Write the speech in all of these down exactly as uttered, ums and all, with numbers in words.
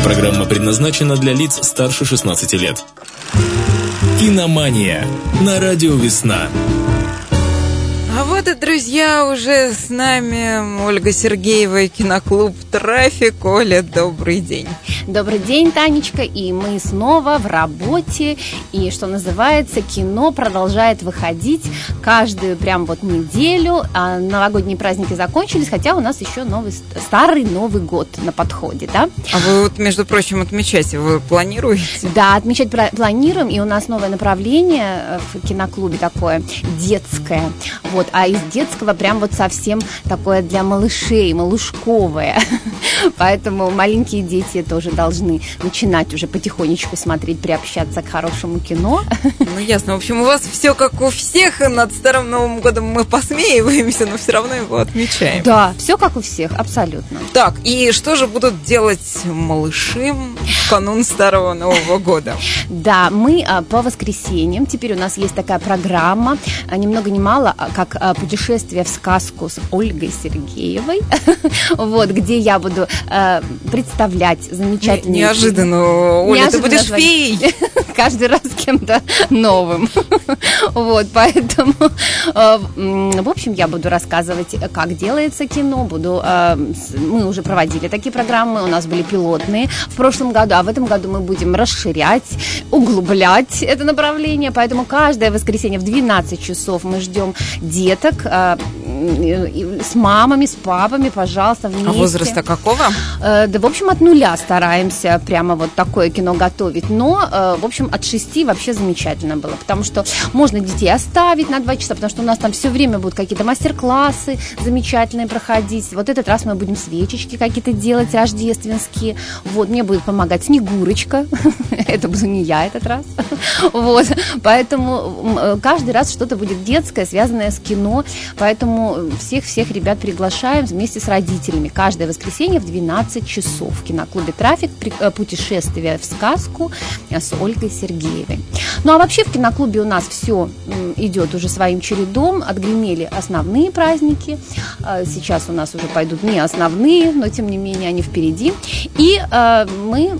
Программа предназначена для лиц старше шестнадцати лет. Киномания на радио «Весна». А вот и, друзья, уже с нами Ольга Сергеева и киноклуб «Трафик». Оля, добрый день. Добрый день, Танечка, и мы снова в работе, и, что называется, кино продолжает выходить каждую прям вот неделю, а новогодние праздники закончились, хотя у нас еще новый, старый Новый год на подходе, да? А вы вот, между прочим, отмечаете, вы планируете? Да, отмечать планируем, и у нас новое направление в киноклубе такое, детское, вот, а из детского прям вот совсем такое для малышей, малышковое, поэтому маленькие дети тоже должны начинать уже потихонечку смотреть, приобщаться к хорошему кино. Ну, ясно. В общем, у вас все как у всех, и над Старым Новым годом мы посмеиваемся, но все равно его отмечаем. Да, все как у всех, абсолютно. Так, и что же будут делать малыши в канун Старого Нового года? Да, мы по воскресеньям, теперь у нас есть такая программа, ни много ни мало, как путешествие в сказку с Ольгой Сергеевой, вот, где я буду представлять замечательные... Неожиданно, Оля, Неожиданно ты будешь феей. Каждый раз кем-то новым. Вот, поэтому, в общем, я буду рассказывать, как делается кино. Буду, мы уже проводили такие программы, у нас были пилотные в прошлом году, а в этом году мы будем расширять, углублять это направление. Поэтому каждое воскресенье в двенадцать часов мы ждем деток с мамами, с папами, пожалуйста, вместе. А возраста какого? Да, в общем, от нуля стараемся прямо вот такое кино готовить. Но, в общем, от шести вообще замечательно было, потому что можно детей оставить на два часа, потому что у нас там все время будут какие-то мастер-классы замечательные проходить. Вот этот раз мы будем свечечки какие-то делать рождественские. Вот, мне будет помогать Снегурочка. Это буду не я этот раз. Вот, поэтому каждый раз что-то будет детское, связанное с кино. Поэтому всех-всех ребят приглашаем вместе с родителями. Каждое воскресенье в двенадцать часов в киноклубе «Трафик» путешествие в сказку с Ольгой Сергеевой. Ну а вообще в киноклубе у нас все идет уже своим чередом. Отгремели основные праздники. Сейчас у нас уже пойдут не основные, но тем не менее они впереди. И мы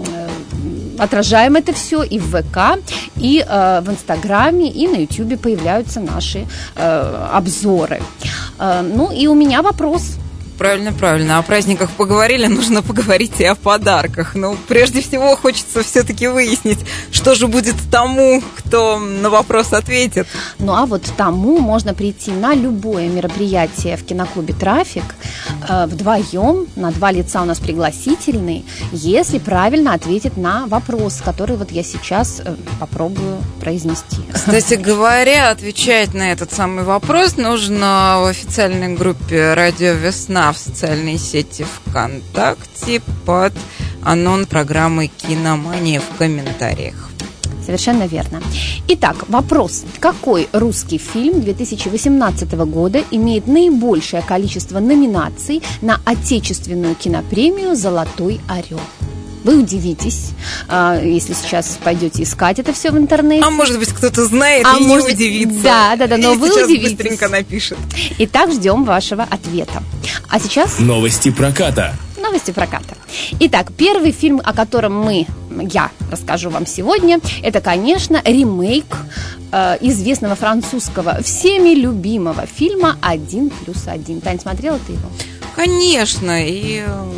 отражаем это все и в ВК, и в Инстаграме, и на Ютубе появляются наши обзоры. Ну и у меня вопрос. Правильно, правильно. О праздниках поговорили, нужно поговорить и о подарках. Но прежде всего хочется все-таки выяснить, что же будет тому, кто на вопрос ответит. Ну а вот тому можно прийти на любое мероприятие в киноклубе «Трафик» э, вдвоем, на два лица у нас пригласительный, если правильно ответит на вопрос, который вот я сейчас э, попробую произнести. Кстати говоря, отвечать на этот самый вопрос нужно в официальной группе «Радио Весна» в социальной сети ВКонтакте под анонс программы «Киномания» в комментариях. Совершенно верно. Итак, вопрос. Какой русский фильм две тысячи восемнадцатого года имеет наибольшее количество номинаций на отечественную кинопремию «Золотой орел»? Вы удивитесь, если сейчас пойдете искать это все в интернете. А может быть, кто-то знает а и может... не удивится. Да, да, да, но и вы сейчас удивитесь. Быстренько напишет. Итак, ждем вашего ответа. А сейчас... Новости проката. Новости проката. Итак, первый фильм, о котором мы, я расскажу вам сегодня, это, конечно, ремейк э, известного французского, всеми любимого фильма «Один плюс один». Тань, смотрела ты его? Конечно, и...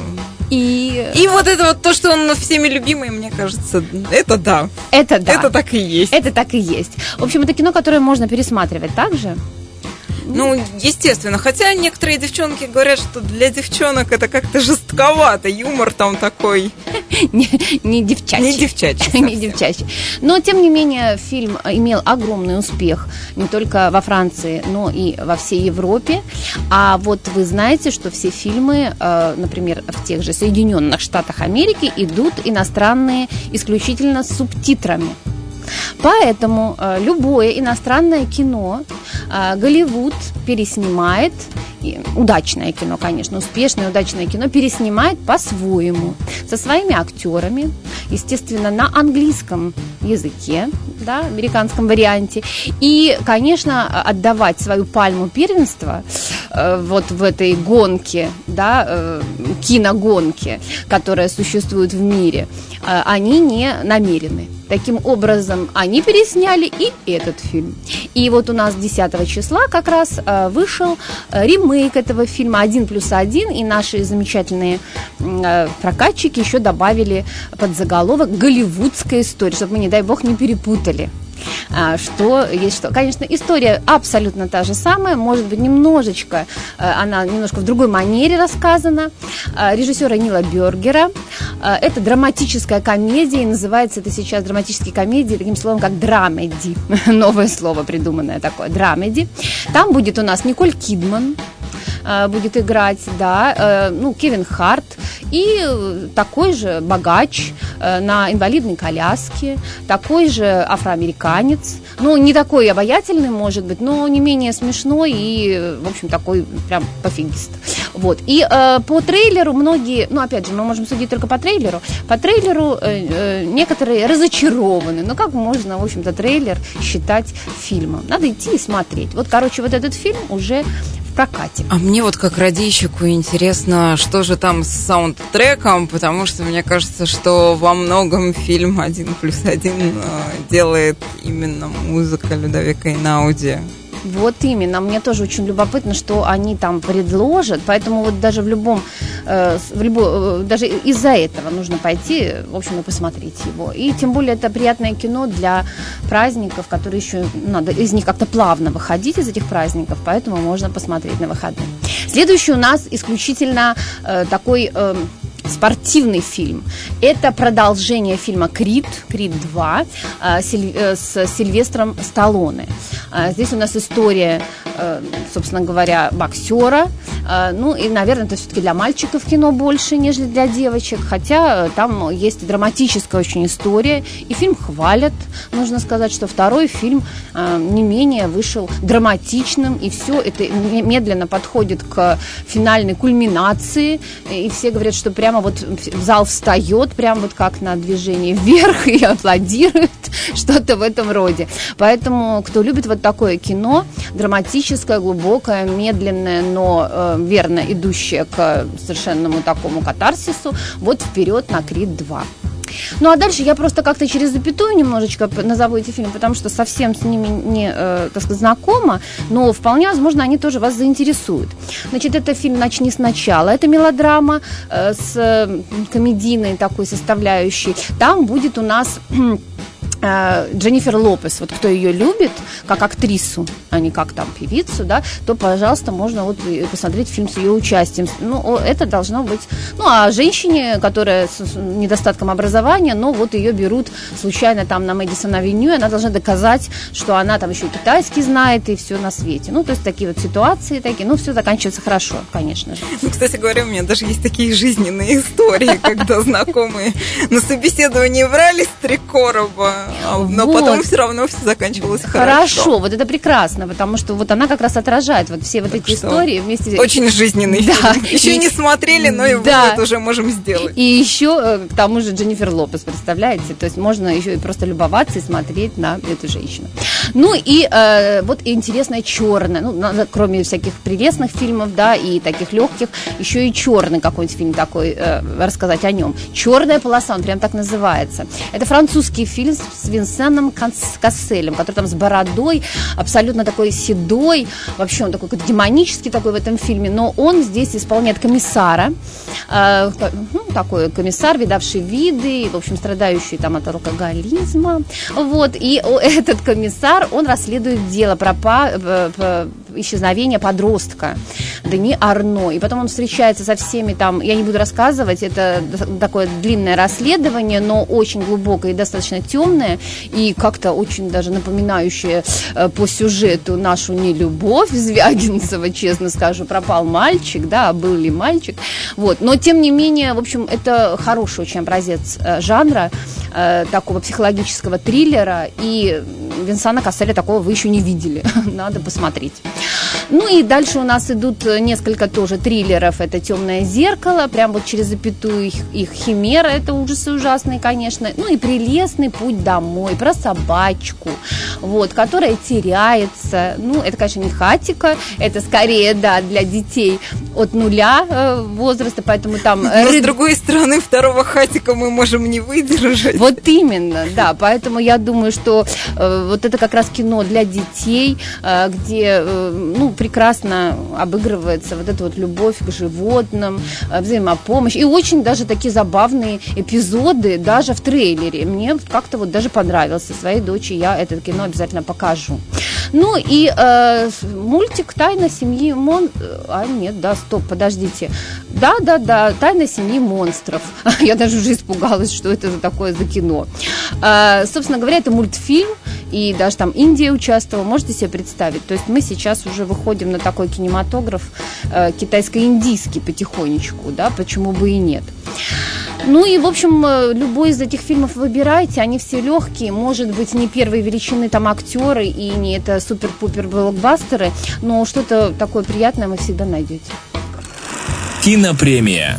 И... и вот это вот то, что он всеми любимый, мне кажется, это да. Это да. Это так и есть. Это так и есть. В общем, это кино, которое можно пересматривать также. Ну, естественно. Хотя некоторые девчонки говорят, что для девчонок это как-то жестковато. Юмор там такой... Не, не девчачий. Не девчачий. Не девчачий. Но, тем не менее, фильм имел огромный успех не только во Франции, но и во всей Европе. А вот вы знаете, что все фильмы, например, в тех же Соединенных Штатах Америки идут иностранные исключительно с субтитрами. Поэтому э, любое иностранное кино э, Голливуд переснимает, и, удачное кино, конечно, успешное, удачное кино переснимает по-своему, со своими актерами, естественно, на английском языке, да, американском варианте. И, конечно, отдавать свою пальму первенства э, вот в этой гонке, да, э, киногонки, которые существуют в мире, они не намерены. Таким образом, они пересняли и этот фильм. И вот у нас десятого числа как раз вышел ремейк этого фильма «Один плюс один», и наши замечательные прокатчики еще добавили подзаголовок «Голливудская история», чтобы мы, не дай бог, не перепутали. Что есть что. Конечно, история абсолютно та же самая, может быть, немножечко, она немножко в другой манере рассказана. Режиссера Нила Бергера. Это драматическая комедия, и называется это сейчас драматические комедии таким словом, как драмеди. Новое слово придуманное такое, драмеди. Там будет у нас Николь Кидман будет играть, да, ну, Кевин Харт и такой же богач на инвалидной коляске, такой же афроамериканец, ну, не такой обаятельный, может быть, но не менее смешной и, в общем, такой прям пофигист. Вот, и э, по трейлеру многие, ну, опять же, мы можем судить только по трейлеру, по трейлеру э, э, некоторые разочарованы, ну, как можно, в общем-то, трейлер считать фильмом? Надо идти и смотреть. Вот, короче, вот этот фильм уже прокате. А мне вот как радищику интересно, что же там с саундтреком, потому что мне кажется, что во многом фильм «Один плюс один» делает именно музыка Людовика Эйнауди. Вот именно, мне тоже очень любопытно, что они там предложат, поэтому вот даже в любом, э, в любо, э, даже из-за этого нужно пойти, в общем, и посмотреть его. И тем более это приятное кино для праздников, которые еще надо из них как-то плавно выходить из этих праздников, поэтому можно посмотреть на выходные. Следующий у нас исключительно э, такой э, спортивный фильм. Это продолжение фильма «Крид», «Крид два» э, э, с Сильвестром Сталлоне. Э, здесь у нас история, э, собственно говоря, боксера. Э, ну, и, наверное, это все-таки для мальчиков кино больше, нежели для девочек. Хотя там есть драматическая очень история. И фильм хвалят. Нужно сказать, что второй фильм э, не менее вышел драматичным. И все это медленно подходит к финальной кульминации. И все говорят, что прямо вот зал встает, прям вот как на движении вверх и аплодирует, что-то в этом роде. Поэтому, кто любит вот такое кино, драматическое, глубокое, медленное, но э, верно идущее к совершенному такому катарсису, вот вперед на «Крид два». Ну, а дальше я просто как-то через запятую немножечко назову эти фильмы, потому что совсем с ними не, э, так сказать, знакома, но вполне возможно, они тоже вас заинтересуют. Значит, это фильм «Начни сначала». Это мелодрама э, с э, комедийной такой составляющей. Там будет у нас Дженнифер Лопес, вот кто ее любит, как актрису, а не как там певицу, да, то, пожалуйста, можно вот посмотреть фильм с ее участием. Ну, это должно быть... Ну, а женщине, которая с недостатком образования, но вот ее берут случайно там на Мэдисон-авеню, и она должна доказать, что она там еще и китайский знает, и все на свете. Ну, то есть такие вот ситуации, такие, ну, все заканчивается хорошо, конечно же. Ну, кстати говоря, у меня даже есть такие жизненные истории, когда знакомые на собеседовании врали с три короба, но вот. Потом все равно все заканчивалось хорошо. Хорошо, вот это прекрасно, потому что вот она как раз отражает вот все вот так эти истории вместе. Очень жизненный да. фильм. Еще и... не смотрели, но и да. вывод уже можем сделать. И еще к тому же Дженнифер Лопес, представляете? То есть можно еще и просто любоваться и смотреть на эту женщину. Ну и э, вот интересное черное, ну, надо, кроме всяких прелестных фильмов, да, и таких легких, еще и черный какой-нибудь фильм такой, э, рассказать о нем. «Черная полоса», он прям так называется. Это французский фильм с Винсеном Касселем, который там с бородой, абсолютно такой седой, вообще он такой демонический такой в этом фильме, но он здесь исполняет комиссара, э, ну, такой комиссар, видавший виды, в общем, страдающий там от алкоголизма, вот, и этот комиссар, он расследует дело про исчезновение подростка Дени Арно, и потом он встречается со всеми там, я не буду рассказывать, это такое длинное расследование, но очень глубокое и достаточно темное, и как-то очень даже напоминающее э, по сюжету нашу нелюбовь Звягинцева, честно скажу, пропал мальчик, да, был ли мальчик, вот, но тем не менее, в общем, это хороший очень образец э, жанра, э, такого психологического триллера, и Винсана Касселя такого вы еще не видели, надо посмотреть. Ну и дальше у нас идут несколько тоже триллеров. Это «Темное зеркало», прям вот через запятую их, их «Химера», это ужасы ужасные, конечно. Ну и «Прелестный путь домой», про собачку, вот, которая теряется. Ну, это, конечно, не хатика, это скорее, да, для детей от нуля э, возраста, поэтому там... Но ры... с другой стороны, второго хатика мы можем не выдержать. Вот именно, да, поэтому я думаю, что э, вот это как раз кино для детей, э, где, э, ну, прекрасно обыгрывается вот эта вот любовь к животным, э, взаимопомощь, и очень даже такие забавные эпизоды даже в трейлере. Мне как-то вот даже понравился. Своей дочери я это кино обязательно покажу. Ну и э, мультик «Тайна семьи Мон...» А, нет, да, стоп, подождите. Да-да-да, «Тайна семьи монстров». Я даже уже испугалась, что это за такое за кино. Э, собственно говоря, это мультфильм, и даже там Индия участвовала, можете себе представить. То есть мы сейчас уже выходим на такой кинематограф э, китайско-индийский потихонечку, да, почему бы и нет. Ну и, в общем, любой из этих фильмов выбирайте, они все легкие, может быть, не первой величины там актеры и не это супер-пупер блокбастеры, но что-то такое приятное вы всегда найдете. Кинопремия.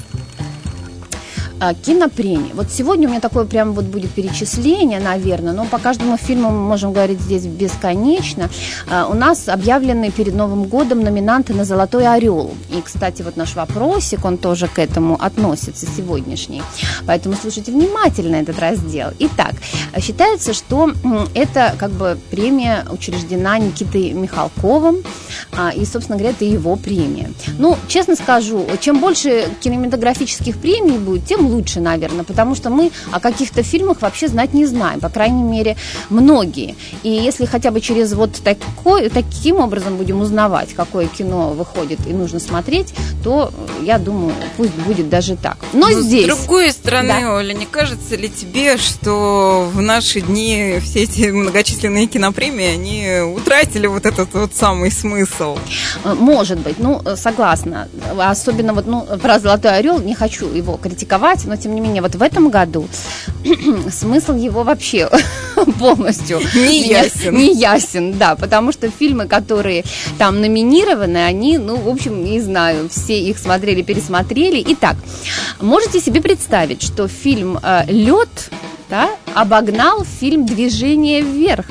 Кинопремия. Вот сегодня у меня такое прям вот будет перечисление, наверное, но по каждому фильму мы можем говорить здесь бесконечно. У нас объявлены перед Новым годом номинанты на «Золотой орел». И, кстати, вот наш вопросик, он тоже к этому относится, сегодняшний. Поэтому слушайте внимательно этот раздел. Итак, считается, что это как бы премия учреждена Никитой Михалковым, и, собственно говоря, это его премия. Ну, честно скажу, чем больше кинематографических премий будет, тем лучше, наверное, потому что мы о каких-то фильмах вообще знать не знаем, по крайней мере, многие. И если хотя бы через вот такой, таким образом будем узнавать, какое кино выходит и нужно смотреть, то, я думаю, пусть будет даже так. Но, Но здесь... С другой стороны, да. Оля, не кажется ли тебе, что в наши дни все эти многочисленные кинопремии, они утратили вот этот вот самый смысл? Может быть, ну, согласна. Особенно вот, ну, про «Золотой орел» не хочу его критиковать, но, тем не менее, вот в этом году смысл его вообще полностью не ясен. Не ясен, да, потому что фильмы, которые там номинированы, они, ну, в общем, не знаю, все их смотрели, пересмотрели. Итак, можете себе представить, что фильм «Лед», да, обогнал фильм «Движение вверх»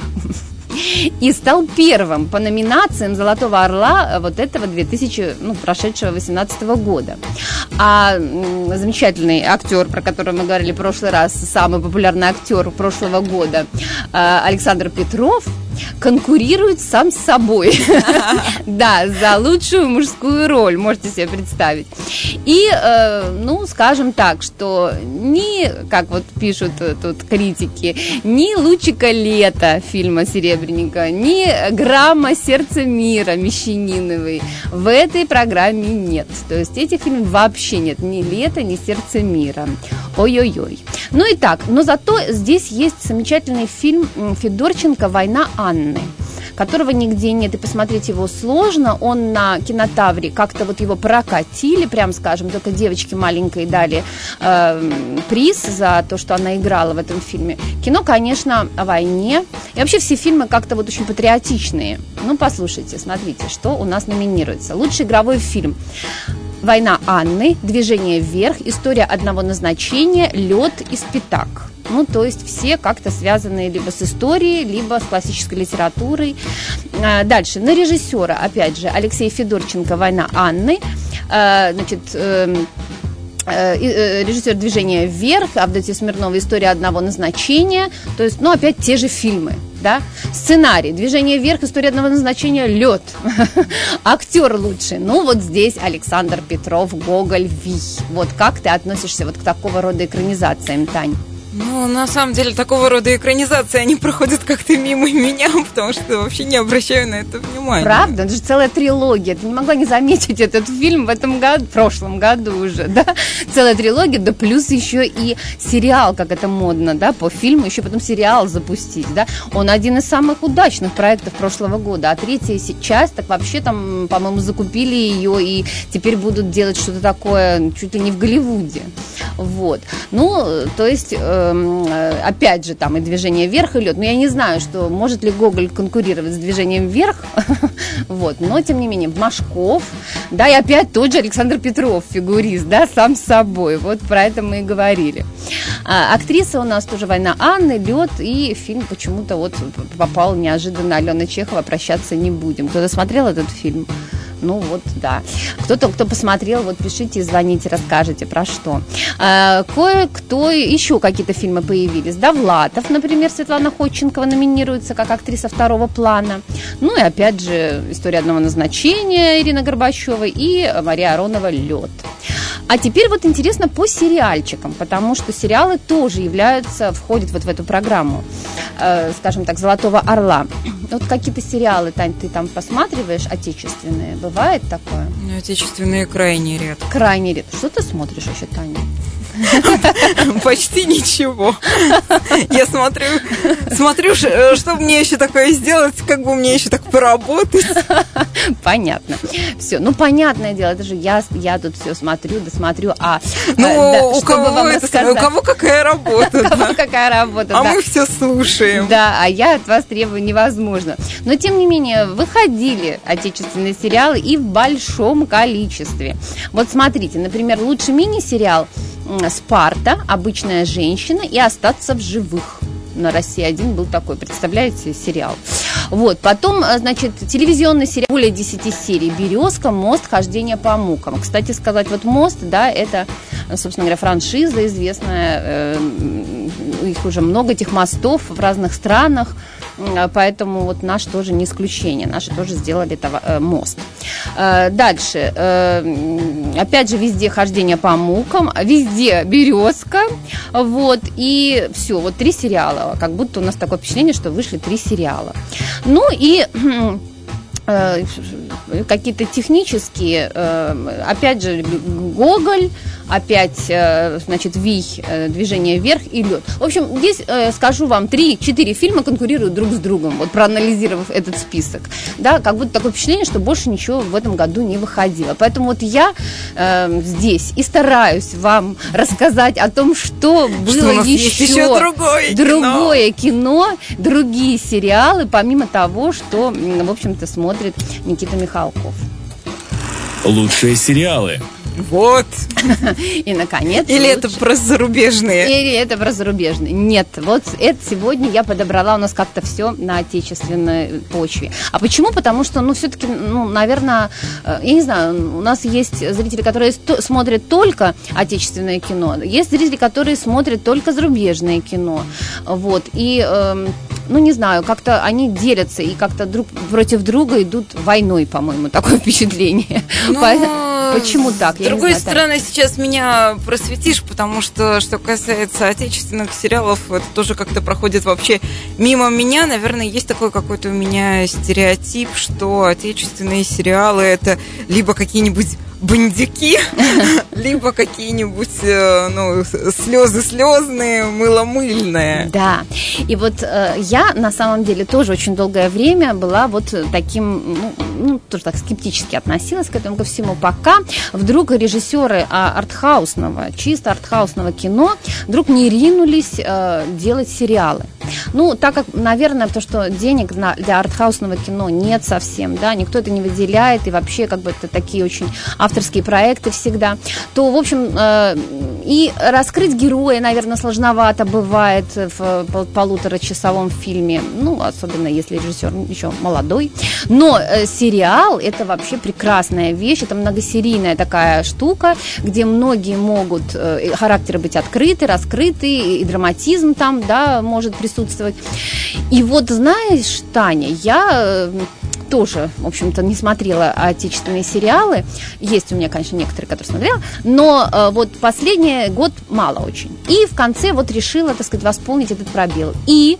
и стал первым по номинациям «Золотого орла» вот этого две тысячи, ну, прошедшего восемнадцатого года. А м, замечательный актер, про которого мы говорили в прошлый раз, самый популярный актер прошлого года, э, Александр Петров, конкурирует сам с собой. Да, за лучшую мужскую роль, можете себе представить. И, ну, скажем так, что ни, как вот пишут тут критики, ни лучика лета фильма «Серебряника», ни грамма «Сердце мира» Мещаниновой в этой программе нет. То есть этих фильмов вообще нет. Ни «Лето», ни «Сердце мира». Ой-ой-ой. Ну и так, но зато здесь есть замечательный фильм Федорченко «Война Анны», которого нигде нет, и посмотреть его сложно. Он на Кинотавре как-то вот его прокатили, прям скажем, только девочке маленькой дали э, приз за то, что она играла в этом фильме. Кино, конечно, о войне. И вообще все фильмы как-то вот очень патриотичные. Ну, послушайте, смотрите, что у нас номинируется. Лучший игровой фильм: «Война Анны», «Движение вверх», «История одного назначения», «Лед» и «Спитак». Ну, то есть все как-то связаны либо с историей, либо с классической литературой. Дальше. На режиссера, опять же, Алексей Федорченко «Война Анны». Значит, режиссер «Движения вверх», Авдотья Смирнова «История одного назначения». То есть, ну, опять те же фильмы. Да? Сценарий: «Движение вверх», «История одного назначения», «Лед». Актер лучший. Ну, вот здесь Александр Петров, Гоголь, Вий. Вот как ты относишься вот к такого рода экранизациям, Тань? Ну, на самом деле, такого рода экранизации, они проходят как-то мимо меня, потому что вообще не обращаю на это внимания. Правда? Это же целая трилогия. Ты не могла не заметить этот фильм в этом году, в прошлом году уже, да? Целая трилогия, да плюс еще и сериал, как это модно, да, по фильму, еще потом сериал запустить, да? Он один из самых удачных проектов прошлого года, а третья часть, так вообще там, по-моему, закупили ее и теперь будут делать что-то такое чуть ли не в Голливуде. Вот. Ну, то есть... э, опять же, там и «Движение вверх», и «Лед». Но я не знаю, что может ли Гоголь конкурировать с «Движением вверх», вот, но, тем не менее, Машков, да, и опять тот же Александр Петров, фигурист, да, сам с собой, вот про это мы и говорили. А, актриса у нас тоже «Война Анны», «Лед», и фильм почему-то вот попал неожиданно Алена Чехова «Прощаться не будем». Кто-то смотрел этот фильм? Ну вот, да. Кто-то, кто посмотрел, вот пишите, звоните, расскажите, про что. А, кое-кто, еще какие-то фильмы появились. Довлатов, например, Светлана Ходченкова номинируется как актриса второго плана. Ну и опять же, «История одного назначения» Ирина Горбачева и Мария Аронова «Лед». А теперь вот интересно по сериальчикам, потому что сериалы тоже являются, входят вот в эту программу, э, скажем так, «Золотого орла». Вот какие-то сериалы, Тань, ты там посматриваешь, отечественные, бывает такое? Ну, отечественные крайне редко. Крайне редко. Что ты смотришь еще, Таня? Почти ничего. Я смотрю, смотрю, что мне еще такое сделать, как бы мне еще так поработать. Понятно. Все, ну понятное дело, это же я, я тут все смотрю, досмотрю, а ну, да, у, кого вам это, у кого какая работа. У кого какая работа, А да. мы все слушаем. Да, а я от вас требую невозможно. Но тем не менее, выходили отечественные сериалы и в большом количестве. Вот смотрите, например, лучший мини-сериал «Спарта», «Обычная женщина» и «Остаться в живых». На России один был такой, представляете, сериал. Вот, потом, значит, телевизионный сериал, более десяти серий, «Березка», «Мост», «Хождение по мукам». Кстати сказать, вот «Мост», да, это, собственно говоря, франшиза известная, э, их уже много, этих мостов в разных странах, поэтому вот наш тоже не исключение, наши тоже сделали это, э, мост. Э, дальше, э, опять же, везде «Хождение по мукам», везде «Березка», вот, и все, вот три сериала, как будто у нас такое впечатление, что вышли три сериала. Ну и э, какие-то технические, э, опять же, Гоголь, опять, э, значит, Вий, э, «Движение вверх» и «Лед». В общем, здесь, э, скажу вам, три-четыре фильма конкурируют друг с другом, вот проанализировав этот список. Да, как будто такое впечатление, что больше ничего в этом году не выходило. Поэтому вот я э, здесь и стараюсь вам рассказать о том, что было что у нас еще, есть еще другое, другое кино. кино, другие сериалы, помимо того, что, в общем-то, смотрит Никита Михалков. Лучшие сериалы. Вот. И, наконец... Или лучше... это про зарубежные? Или это про зарубежные. Нет, вот это сегодня я подобрала у нас как-то все на отечественной почве. А почему? Потому что, ну, все-таки, ну, наверное, я не знаю, у нас есть зрители, которые сто- смотрят только отечественное кино, есть зрители, которые смотрят только зарубежное кино. Вот, и... Э, ну, не знаю, как-то они делятся и как-то друг против друга идут войной, по-моему, такое впечатление. Ну, почему так? С другой знаю, стороны, так. Сейчас меня просветишь, потому что, что касается отечественных сериалов, это тоже как-то проходит вообще мимо меня. Наверное, есть такой какой-то у меня стереотип, что отечественные сериалы — это либо какие-нибудь бандюки, либо какие-нибудь, ну, слезы слезные, мыло мыльное. Да, и вот э, я на самом деле тоже очень долгое время была вот таким, ну, ну, тоже так скептически относилась к этому ко всему, пока вдруг режиссеры артхаусного, чисто артхаусного кино вдруг не ринулись э, делать сериалы. Ну, так как, наверное, то, что денег на, для артхаусного кино нет совсем, да, никто это не выделяет, и вообще, как бы, это такие очень авторские проекты всегда, то, в общем, э, и раскрыть героя, наверное, сложновато бывает в пол- полуторачасовом фильме, ну, особенно если режиссер еще молодой, но э, сериал — это вообще прекрасная вещь, это многосерийная такая штука, где многие могут, э, характеры быть открыты, раскрыты, и, и драматизм там, да, может присутствовать. И вот, знаешь, Таня, я тоже, в общем-то, не смотрела отечественные сериалы. Есть у меня, конечно, некоторые, которые смотрела, но э, вот последний год мало очень. И в конце вот решила, так сказать, восполнить этот пробел. И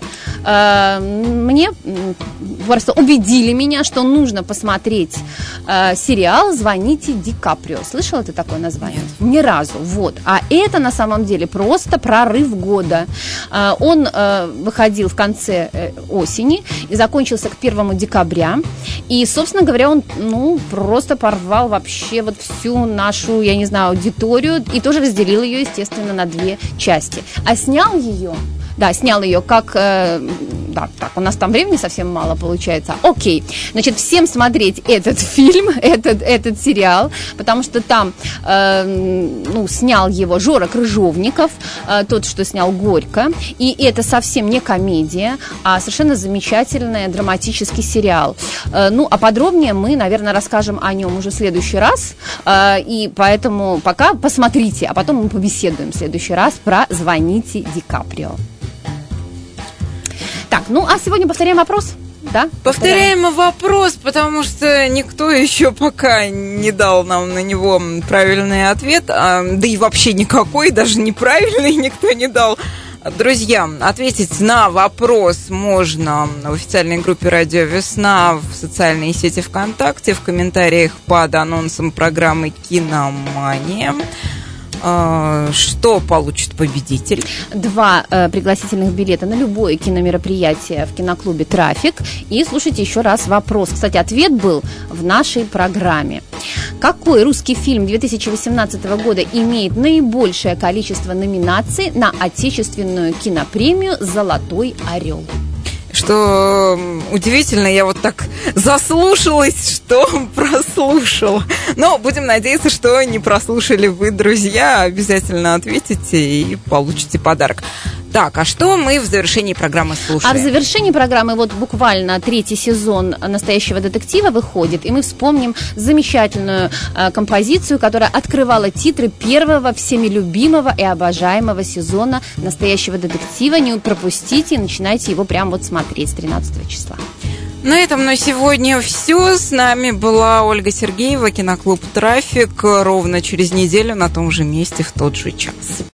э, мне просто убедили меня, что нужно посмотреть э, сериал «Звоните Ди Каприо». Слышала ты такое название? Нет. Ни разу. Вот. А это на самом деле просто прорыв года. Э, он э, выходил в конце э, осени и закончился к первому декабря. И, собственно говоря, он, ну, просто порвал вообще вот всю нашу, я не знаю, аудиторию и тоже разделил ее, естественно, на две части. А снял ее... Да, снял ее как... Э, да, так, у нас там времени совсем мало получается. Окей. Значит, всем смотреть этот фильм, этот, этот сериал, потому что там, э, ну, снял его Жора Крыжовников, э, тот, что снял «Горько». И это совсем не комедия, а совершенно замечательный драматический сериал. Э, ну, а подробнее мы, наверное, расскажем о нем уже в следующий раз. Э, и поэтому пока посмотрите, а потом мы побеседуем в следующий раз про «Звоните Ди Каприо». Так, ну а сегодня повторяем вопрос, да? Повторяем, повторяем вопрос, потому что никто еще пока не дал нам на него правильный ответ, а, да и вообще никакой, даже неправильный никто не дал. Друзья, ответить на вопрос можно в официальной группе «Радио Весна», в социальной сети ВКонтакте, в комментариях под анонсом программы «Киномания». Что получит победитель? Два э, пригласительных билета на любое киномероприятие в киноклубе «Трафик». И слушайте еще раз вопрос. Кстати, ответ был в нашей программе. Какой русский фильм две тысячи восемнадцатого года имеет наибольшее количество номинаций на отечественную кинопремию «Золотой орел»? Что удивительно, я вот так заслушалась, что прослушала. Но будем надеяться, что не прослушали вы, друзья. Обязательно ответите и получите подарок. Так, а что мы в завершении программы слушаем? А в завершении программы вот буквально третий сезон «Настоящего детектива» выходит, и мы вспомним замечательную э, композицию, которая открывала титры первого всеми любимого и обожаемого сезона «Настоящего детектива». Не пропустите и начинайте его прямо вот смотреть с тринадцатого числа. На этом на сегодня все. С нами была Ольга Сергеева, киноклуб «Трафик». Ровно через неделю на том же месте в тот же час.